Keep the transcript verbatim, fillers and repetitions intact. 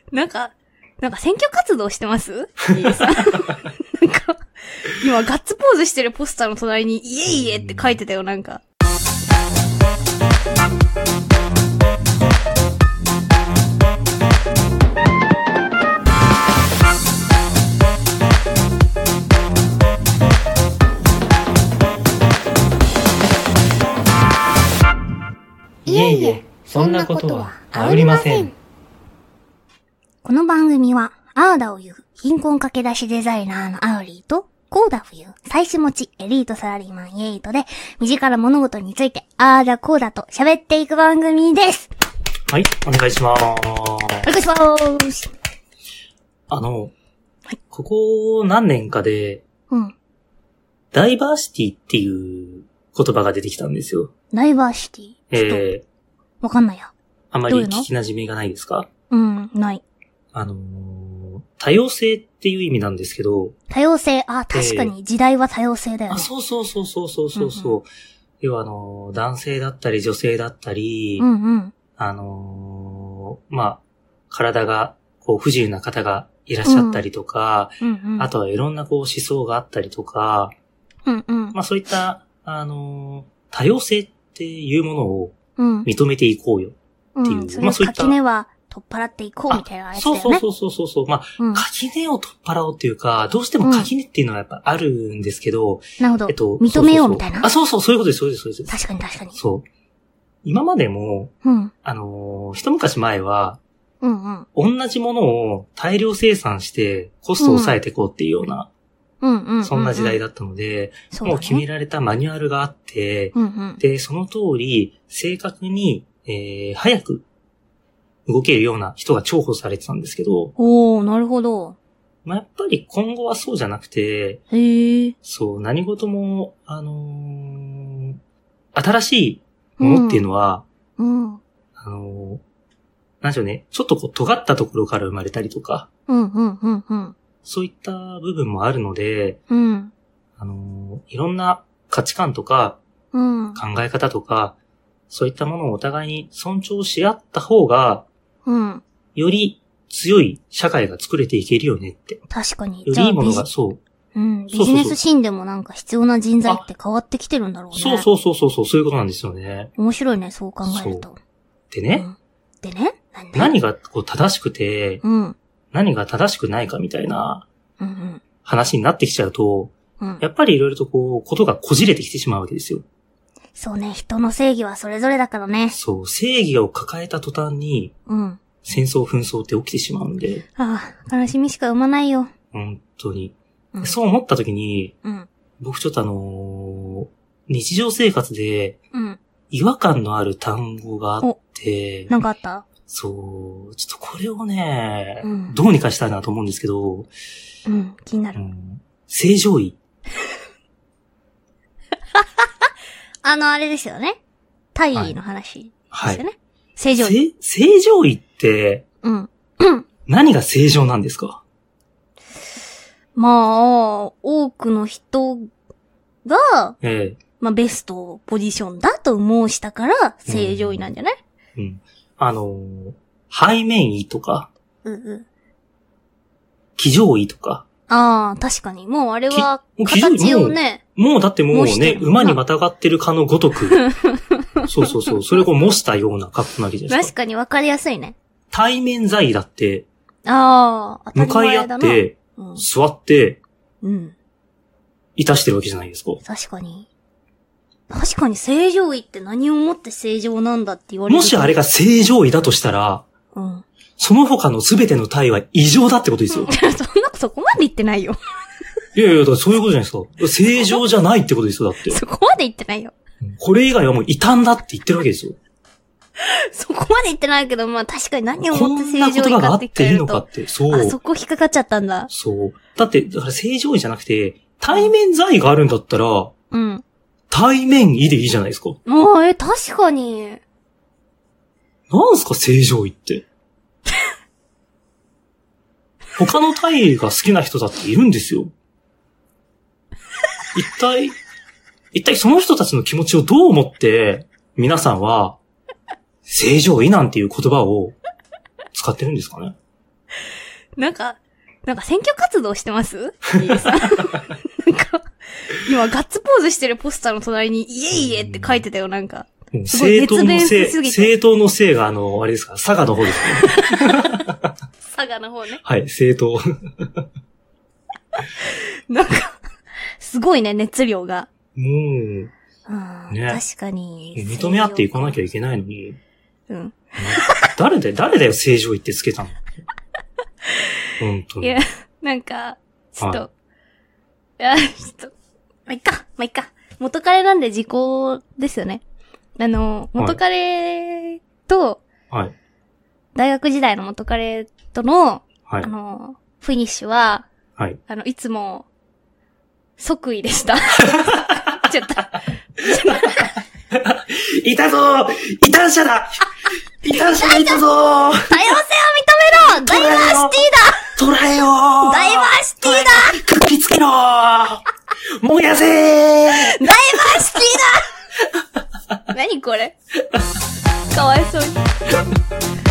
なんか、なんか選挙活動してますなんか、今ガッツポーズしてるポスターの隣にイエイエって書いてたよ、なんか。 いえいえ、そんなことはありません。 この番組は、あーだを言う、貧困駆け出しデザイナーのアウリーと、こうだを言う、妻子持ちエリートサラリーマンイエイトで、身近な物事について、あーだこうだと喋っていく番組です。 はい、お願いします。 お願いします。 あの、はい、ここ何年かで、 うん。 ダイバーシティっていう言葉が出てきたんですよ。 ダイバーシティええー。 わかんないや。 あまり聞き馴染みがないですか？ うん、ない。 あのー、多様性っていう意味なんですけど。 多様性、あ、確かに時代は多様性だよね。 あ、そうそうそうそうそうそうそう、うんうん。要はあのー、男性だったり女性だったり、 うんうん、 あのー、まあ、体がこう不自由な方がいらっしゃったりとか、 うんうんうん、 あとはいろんなこう思想があったりとか、 うんうん、 まあそういったあのー、多様性っていうものを認めていこうよっていう、 うん、まあそういった。垣根は取っ払っていこうみたいなやつだよね。 そうそうそうそうそう。まあ、うん、垣根を取っ払おうっていうか、どうしても垣根っていうのはやっぱあるんですけど、 うん、なるほど。 えっと、 認めようみたいな。 あ、そうそう、そういうことです、そうです、そうです。 確かに確かに。 そう。今までも、 うん、 あのー、一昔前は、 うんうん、 同じものを大量生産してコストを抑えていこうっていうような、 うんうん、 そんな時代だったので、うんうんうん、もう決められたマニュアルがあって、 うんうん、 で、その通り正確に、えー、早く動けるような人が重宝されてたんですけど。 おー、なるほど。 まあ、やっぱり今後はそうじゃなくて、 へー。 そう、何事も、あのー、新しいものっていうのは、 うんうん、 あのー、なんでしょうね、ちょっとこう尖ったところから生まれたりとか、 うんうんうんうん、 そういった部分もあるので、 うん、 あのー、いろんな価値観とか、 うん、 考え方とか、そういったものをお互いに尊重し合った方が、 うん、 より強い社会が作れていけるよねって。 確かに。 よりいいものが、そう。 うん。ビジネスシーンでもなんか必要な人材って変わってきてるんだろうね。 そうそうそうそうそう、そういうことなんですよね。 面白いね、そう考えると。 でね。 うん、でね何, 何がこう正しくて、 うん、 何が正しくないかみたいな話になってきちゃうと、 うんうん、 やっぱりいろいろとこう、ことがこじれてきてしまうわけですよ。 そうね、人の正義はそれぞれだからね。 そう、正義を抱えた途端に、 うん。 戦争紛争って起きてしまうんで。 ああ、悲しみしか生まないよ。 本当に。うん、そう思った時に、 うん、 僕ちょっとあのー、日常生活で、 うん、 違和感のある単語があって、 なんかあった？ そう、ちょっとこれをね、 うん、 どうにかしたいなと思うんですけど、 うん、気になる。 うん、正常位。 あの、あれですよね。タイの話ですよね。はいはい、正常位。 正常位って、 うん。 何が正常なんですか？ まあ、多くの人が、 ええ、 まあ、ベストポジションだと申したから、正常位なんじゃない？ うん。うん、あのー、背面位とか、 うんうん。 騎乗位とか。 ああ、確かに。もうあれは、形をね。 もう、もうだってもうね、馬にまたがってるかのごとく。そうそうそう。それを模したような格好なわけじゃないですか。 確かに分かりやすいね。 対面座位だって、 ああ、 向かい合って、うん、座って、 うん。 いたしてるわけじゃないですか。 確かに。確かに正常位って何をもって正常なんだって言われる。 もしあれが正常位だとしたら、 うん。 その他の全ての体は異常だってことですよ。 そんな、そこまで言ってないよ。 いやいや、だからそういうことじゃないですか。正常じゃないってことですよ、だって。 そこまで言ってないよ。 これ以外はもう異端だって言ってるわけですよ。 そこまで言ってないけど、まあ確かに何をもって正常位かって聞かれると。 こんなことがあっていいのかって、そう。 あ、そこ引っかかっちゃったんだ。 そう。だって、だから正常位じゃなくて、対面座位があるんだったら、 うん。 対面位でいいじゃないですか。 ああ、え、確かに。 なんすか、正常位って。他の体が好きな人だっているんですよ。一体、一体その人たちの気持ちをどう思って、皆さんは、正常位なんていう言葉を使ってるんですかね。 なんか、なんか選挙活動してますリーさん。なんか、今ガッツポーズしてるポスターの隣に、イエイエって書いてたよ、なんか。すごい政党のせい、 すぎて政党のせいが、あの、あれですか、佐賀の方ですね。 佐賀の方ね。 はい、政党。 なんか、すごいね、熱量が。 もう、 うんね、 確かに。 認め合っていかなきゃいけないのに。 うん。 誰で、誰だよ、正常位ってつけたの。本当に。 いや、なんか、ちょっと、はい、いや、ちょっと、まあ、いっか、まあ、いっか。元彼なんで時効ですよね。あの、元彼と、 はい。 大学時代の元彼との、 はい。 あの、フィニッシュは、 はい。 あの、いつも、即位でした。ちょっと。 いたぞー異端者だ異端者がいたぞー多様性を認めろダイバーシティだ捉えよーダイバーシティだくっきつけろー燃やせーダイバーシティだ何これかわいそうに。